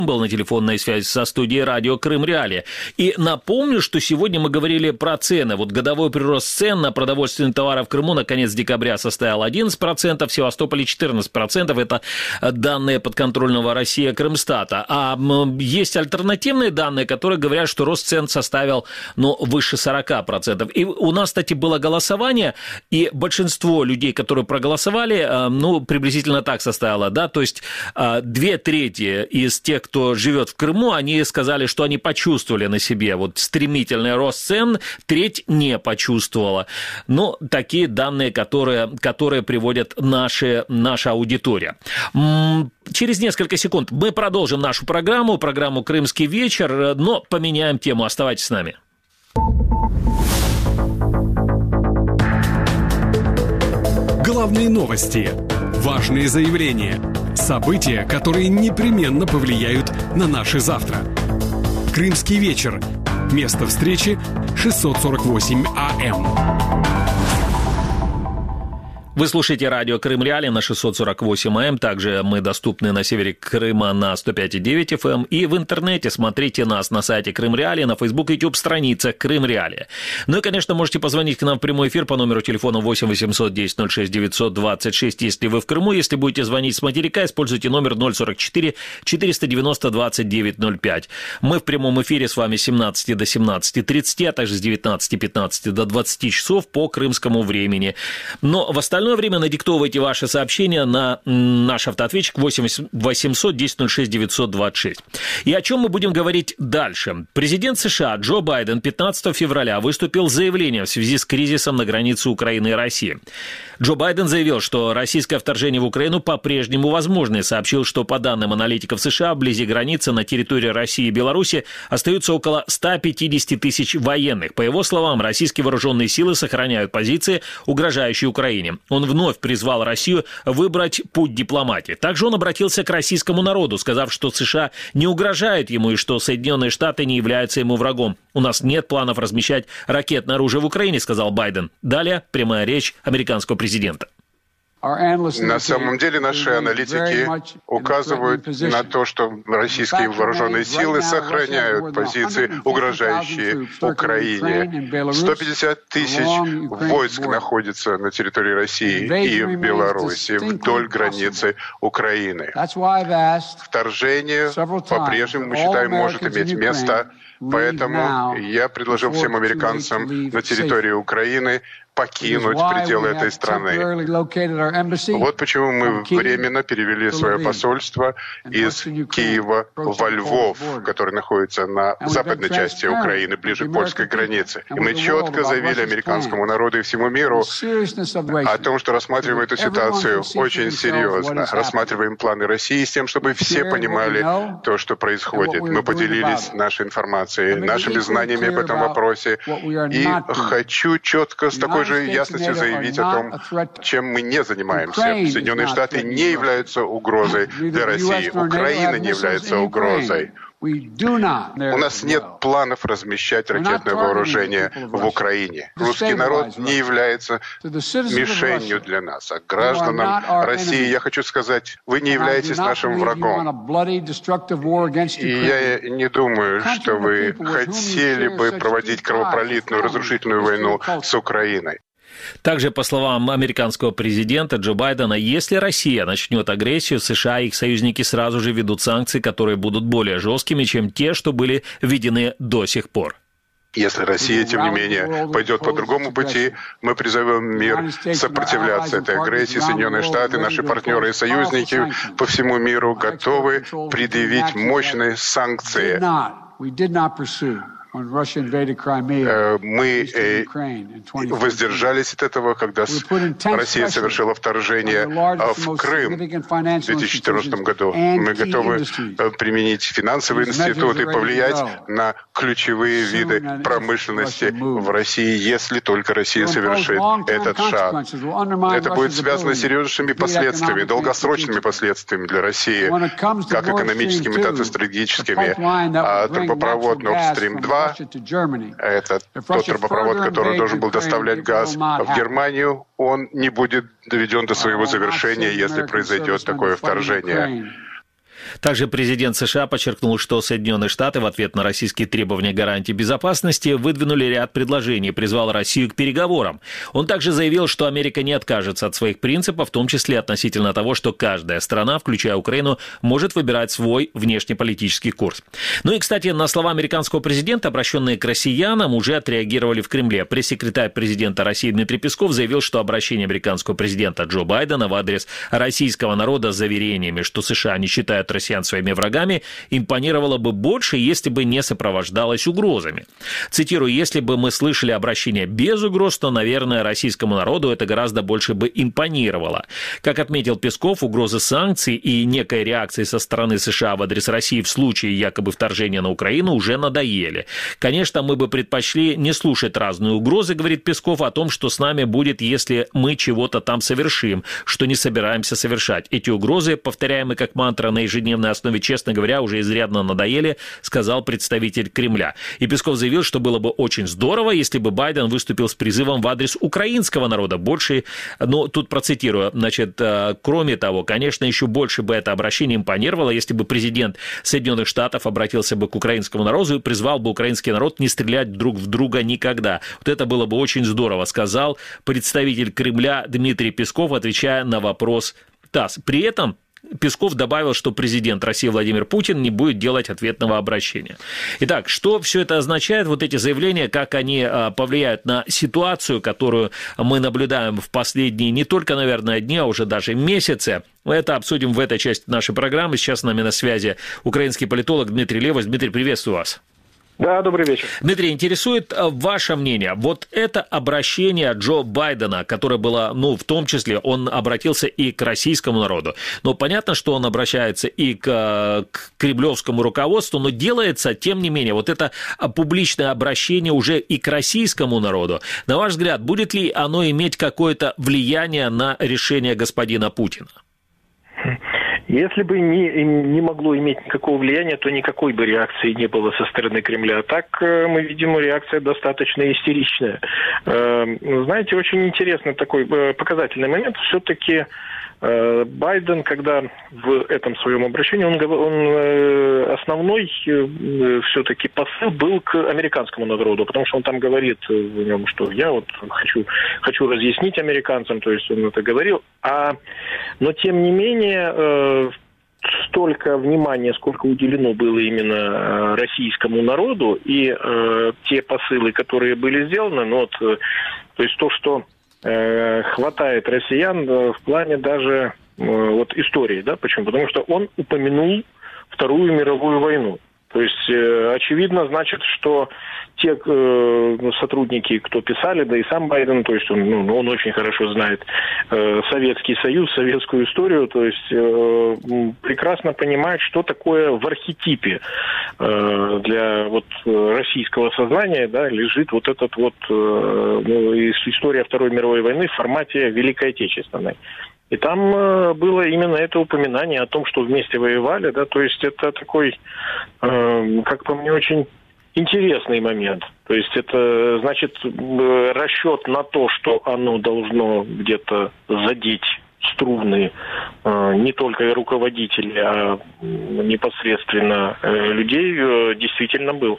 был на телефонной связи со студией радио «Крым Реалии». И напомню, что сегодня мы говорили про цены. Вот годовой прирост цен на продовольственные товары в Крыму на конец декабря составил 11%, в Севастополе 14%. Это данные подконтрольного России Крымстата. А есть альтернативные данные, которые говорят, что рост цен составил выше 40%. И у нас, кстати, было голосование, и большинство людей, которые проголосовали, приблизительно так составило, да, то есть 2/3 из тех, кто живет в Крыму, они сказали, что они почувствовали на себе вот стремительный рост цен, треть не почувствовала. Но такие данные, которые приводит наша аудитория. Через несколько секунд мы продолжим нашу программу «Крымский вечер», но поменяем тему. Оставайтесь с нами. Главные новости, важные заявления, события, которые непременно повлияют на наше завтра. Крымский вечер. Место встречи 648 АМ. Вы слушаете радио «Крым Реалии» на 648 АМ. Также мы доступны на севере Крыма на 105,9 FM. И в интернете смотрите нас на сайте «Крым Реалии», на Facebook и YouTube страницах «Крым Реалии». Ну и, конечно, можете позвонить к нам в прямой эфир по номеру телефона 8 800 10 06 926, если вы в Крыму. Если будете звонить с материка, используйте номер 044 490 2905. Мы в прямом эфире с вами с 17 до 17:30, а также с 19:15 до 20 часов по крымскому времени. Но в остальное время надиктовывайте ваши сообщения на наш автоответчик 8 800 10 06 926. И о чем мы будем говорить дальше? Президент США Джо Байден 15 февраля выступил с заявлением в связи с кризисом на границе Украины и России. Джо Байден заявил, что российское вторжение в Украину по-прежнему возможно, и сообщил, что по данным аналитиков США, вблизи границы на территории России и Беларуси остаются около 150 тысяч военных. По его словам, российские вооруженные силы сохраняют позиции, угрожающие Украине. Он вновь призвал Россию выбрать путь дипломатии. Также он обратился к российскому народу, сказав, что США не угрожают ему и что Соединенные Штаты не являются ему врагом. «У нас нет планов размещать ракетное оружие в Украине», сказал Байден. Далее прямая речь американского президента. На самом деле наши аналитики указывают на то, что российские вооруженные силы сохраняют позиции, угрожающие Украине. 150 тысяч войск находятся на территории России и в Беларуси вдоль границы Украины. Вторжение по-прежнему, мы считаем, может иметь место. Поэтому я предложил всем американцам на территории Украины покинуть пределы этой страны. Вот почему мы временно перевели свое посольство из Киева во Львов, который находится на западной части Украины, ближе к польской границе. И мы четко заявили американскому народу и всему миру о том, что рассматриваем эту ситуацию очень серьезно. Рассматриваем планы России с тем, чтобы все понимали то, что происходит. Мы поделились нашей информацией, нашими знаниями в этом вопросе. И хочу четко с такой же ясностью заявить о том, чем мы не занимаемся. Соединенные Штаты не являются угрозой для России. Украина не является угрозой. У нас нет планов размещать ракетное вооружение в Украине. Русский народ не является мишенью для нас. А гражданам России я хочу сказать, вы не являетесь нашим врагом. И я не думаю, что вы хотели бы проводить кровопролитную, разрушительную войну с Украиной. Также, по словам американского президента Джо Байдена, если Россия начнет агрессию, США и их союзники сразу же введут санкции, которые будут более жесткими, чем те, что были введены до сих пор. Если Россия, тем не менее, пойдет по другому пути, мы призовем мир сопротивляться этой агрессии. Соединенные Штаты, наши партнеры и союзники по всему миру готовы предъявить мощные санкции. Мы воздержались от этого, когда Россия совершила вторжение в Крым в 2014 году. Мы готовы применить финансовые институты и повлиять на ключевые виды промышленности в России, если только Россия совершит этот шаг. Это будет связано с серьезнейшими последствиями, долгосрочными последствиями для России, как экономическими, так и стратегическими. А трубопровод Nord Stream 2 это тот трубопровод, который должен был доставлять газ в Германию, он не будет доведен до своего завершения, если произойдет такое вторжение. Также президент США подчеркнул, что Соединенные Штаты в ответ на российские требования гарантий безопасности выдвинули ряд предложений и призвал Россию к переговорам. Он также заявил, что Америка не откажется от своих принципов, в том числе относительно того, что каждая страна, включая Украину, может выбирать свой внешнеполитический курс. Ну и, кстати, на слова американского президента, обращенные к россиянам, уже отреагировали в Кремле. Пресс-секретарь президента России Дмитрий Песков заявил, что обращение американского президента Джо Байдена в адрес российского народа с заверениями, что США не считают россиян своими врагами, импонировало бы больше, если бы не сопровождалось угрозами. Цитирую: «Если бы мы слышали обращение без угроз, то, наверное, российскому народу это гораздо больше бы импонировало». Как отметил Песков, угрозы санкций и некой реакции со стороны США в адрес России в случае якобы вторжения на Украину уже надоели. Конечно, мы бы предпочли не слушать разные угрозы, говорит Песков, о том, что с нами будет, если мы чего-то там совершим, что не собираемся совершать. Эти угрозы, повторяемые как мантра на ежедневной основе, честно говоря, уже изрядно надоели, сказал представитель Кремля. И Песков заявил, что было бы очень здорово, если бы Байден выступил с призывом в адрес украинского народа. Больше, но тут процитирую, значит, кроме того, конечно, еще больше бы это обращение импонировало, если бы президент Соединенных Штатов обратился бы к украинскому народу и призвал бы украинский народ не стрелять друг в друга никогда. Вот это было бы очень здорово, сказал представитель Кремля Дмитрий Песков, отвечая на вопрос ТАСС. При этом Песков добавил, что президент России Владимир Путин не будет делать ответного обращения. Итак, что все это означает, вот эти заявления, как они повлияют на ситуацию, которую мы наблюдаем в последние не только, наверное, дни, а уже даже месяцы. Это обсудим в этой части нашей программы. Сейчас с нами на связи украинский политолог Дмитрий Левось. Дмитрий, приветствую вас. Да, добрый вечер. Дмитрий, интересует ваше мнение. Вот это обращение Джо Байдена, которое было, в том числе, он обратился и к российскому народу. Но понятно, что он обращается и к кремлевскому руководству, но делается, тем не менее, вот это публичное обращение уже и к российскому народу. На ваш взгляд, будет ли оно иметь какое-то влияние на решение господина Путина? Если бы не могло иметь никакого влияния, то никакой бы реакции не было со стороны Кремля. А так мы видим, реакция достаточно истеричная. Знаете, очень интересный такой показательный момент. Все-таки Байден, когда в этом своем обращении, он основной все-таки посыл был к американскому народу, потому что он там говорит в нем, что я вот хочу разъяснить американцам, то есть он это говорил, но тем не менее столько внимания, сколько уделено было именно российскому народу, и те посылы, которые были сделаны, то есть то, что хватает россиян в плане даже истории, да, почему? Потому что он упомянул Вторую мировую войну. То есть, очевидно, значит, что те сотрудники, кто писали, да и сам Байден, то есть он очень хорошо знает Советский Союз, советскую историю, то есть прекрасно понимает, что такое в архетипе для российского сознания, да, лежит вот этот история Второй мировой войны в формате Великой Отечественной. И там было именно это упоминание о том, что вместе воевали, да, то есть это такой, как по мне, очень интересный момент. То есть это, значит, расчет на то, что оно должно где-то задеть струны не только руководителей, а непосредственно людей, действительно был.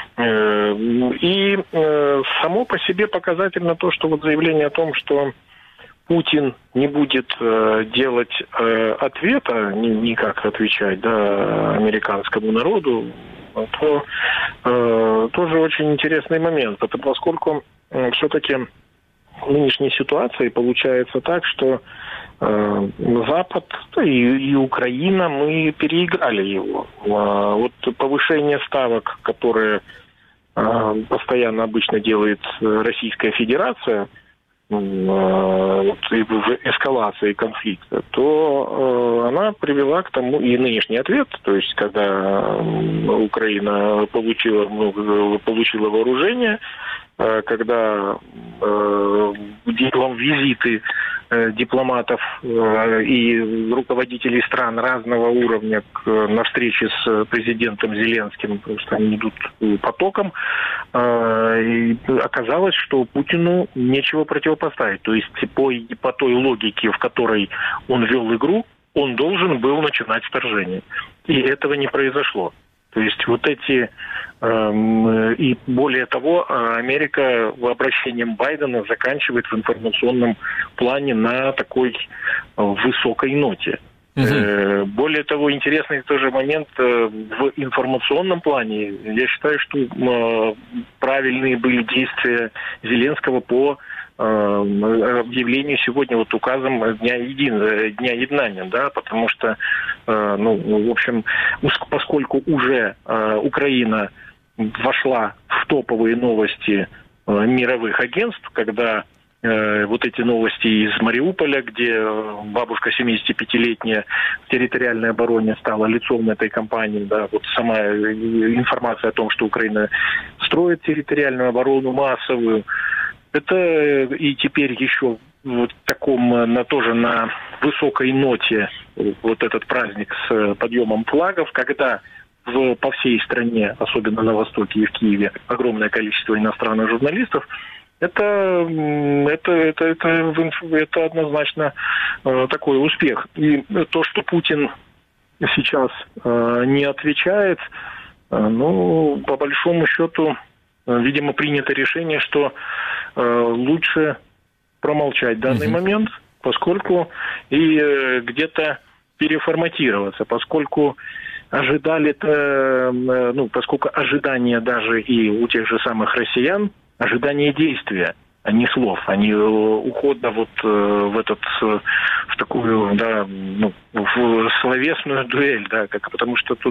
И само по себе показательно то, что заявление о том, что Путин не будет делать ответа, никак отвечать, да, американскому народу, то тоже очень интересный момент, поскольку все-таки в нынешней ситуации получается так, что Запад и Украина, мы переиграли его. Вот повышение ставок, которое постоянно обычно делает Российская Федерация, в эскалации конфликта, то она привела к тому, и нынешний ответ, то есть когда Украина получила вооружение, когда визиты дипломатов и руководителей стран разного уровня на встрече с президентом Зеленским, просто они идут потоком, и оказалось, что Путину нечего противопоставить. То есть по той логике, в которой он вел игру, он должен был начинать вторжение. И этого не произошло. То есть вот эти... И более того, Америка обращением Байдена заканчивает в информационном плане на такой высокой ноте. Более того, интересный тоже момент в информационном плане. Я считаю, что правильные были действия Зеленского по объявлению сегодня вот указом Дня Еднания, да, потому что, в общем, поскольку уже Украина вошла в топовые новости мировых агентств, когда вот эти новости из Мариуполя, где бабушка 75-летняя в территориальной обороне стала лицом этой кампании, да, вот сама информация о том, что Украина строит территориальную оборону массовую, это и теперь еще в таком, тоже на высокой ноте вот этот праздник с подъемом флагов, когда по всей стране, особенно на Востоке и в Киеве, огромное количество иностранных журналистов, это однозначно такой успех. И то, что Путин сейчас не отвечает, по большому счету, видимо, принято решение, что лучше промолчать данный момент, поскольку и где-то переформатироваться, поскольку поскольку ожидания даже и у тех же самых россиян, ожидание действия, а не слов, а не ухода вот в такую, в словесную дуэль, да, потому что тут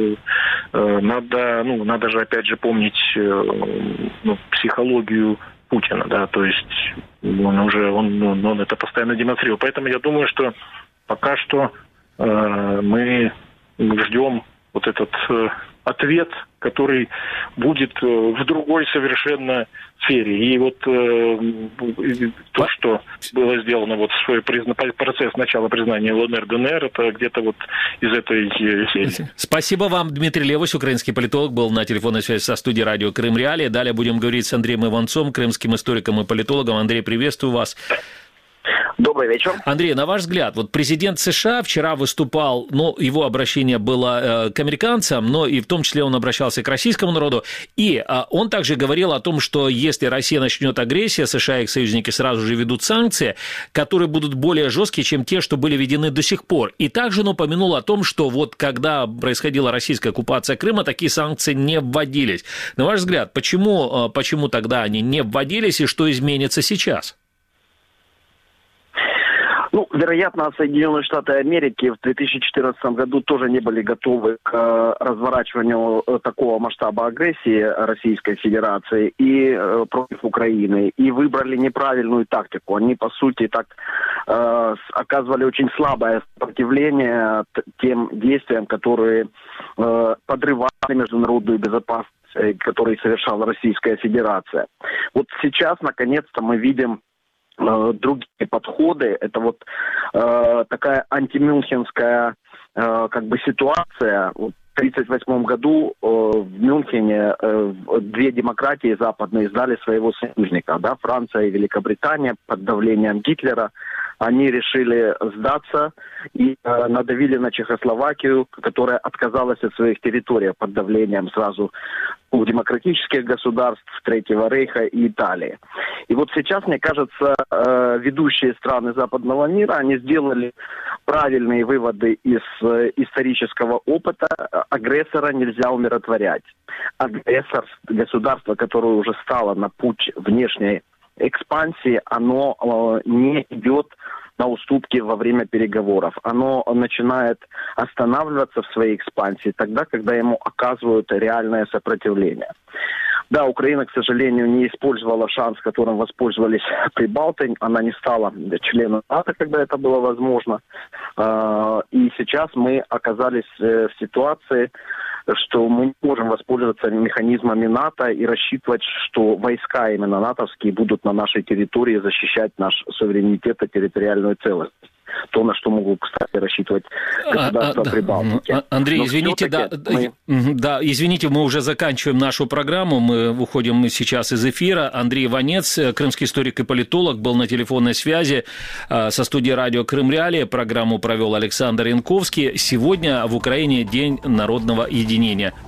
надо же опять же помнить психологию Путина, да, то есть он это постоянно демонстрирует. Поэтому я думаю, что пока что мы ждем вот этот ответ, который будет в другой совершенно сфере. И вот то, что было сделано, вот свой процесс начала признания ЛНР, ДНР, это где-то вот из этой серии. Спасибо вам, Дмитрий Левусь, украинский политолог, был на телефонной связи со студией радио Крым Реалии. Далее будем говорить с Андреем Иванцом, крымским историком и политологом. Андрей, приветствую вас. Добрый вечер. Андрей, на ваш взгляд, вот президент США вчера выступал, его обращение было к американцам, но и в том числе он обращался к российскому народу, и он также говорил о том, что если Россия начнет агрессию, США и их союзники сразу же ведут санкции, которые будут более жесткие, чем те, что были введены до сих пор. И также он упомянул о том, что вот когда происходила российская оккупация Крыма, такие санкции не вводились. На ваш взгляд, почему тогда они не вводились и что изменится сейчас? Вероятно, Соединенные Штаты Америки в 2014 году тоже не были готовы к разворачиванию такого масштаба агрессии Российской Федерации и против Украины, и выбрали неправильную тактику. Они, по сути, так оказывали очень слабое сопротивление тем действиям, которые подрывали международную безопасность, которые совершала Российская Федерация. Вот сейчас, наконец-то, мы видим другие подходы. Это вот такая антимюнхенская ситуация. В 1938 году в Мюнхене две демократии западные сдали своего союзника, да, Франция и Великобритания под давлением Гитлера. Они решили сдаться и надавили на Чехословакию, которая отказалась от своих территорий под давлением сразу у демократических государств, Третьего Рейха и Италии. И вот сейчас, мне кажется, ведущие страны западного мира, они сделали правильные выводы из исторического опыта. Агрессора нельзя умиротворять. Агрессор, государство, которое уже стало на путь внешней экспансии, оно не идет на уступки во время переговоров. Оно начинает останавливаться в своей экспансии тогда, когда ему оказывают реальное сопротивление. Да, Украина, к сожалению, не использовала шанс, которым воспользовались прибалты. Она не стала членом НАТО, когда это было возможно. И сейчас мы оказались в ситуации, что мы не можем воспользоваться механизмами НАТО и рассчитывать, что войска именно натовские будут на нашей территории защищать наш суверенитет и территориальную целостность. то, на что могут, кстати, рассчитывать государства Прибалтики. Андрей, извините, извините, мы уже заканчиваем нашу программу, мы выходим сейчас из эфира. Андрей Иванец, крымский историк и политолог, был на телефонной связи со студией радио «Крым Реалии». Программу провел Александр Янковский. Сегодня в Украине День народного единения.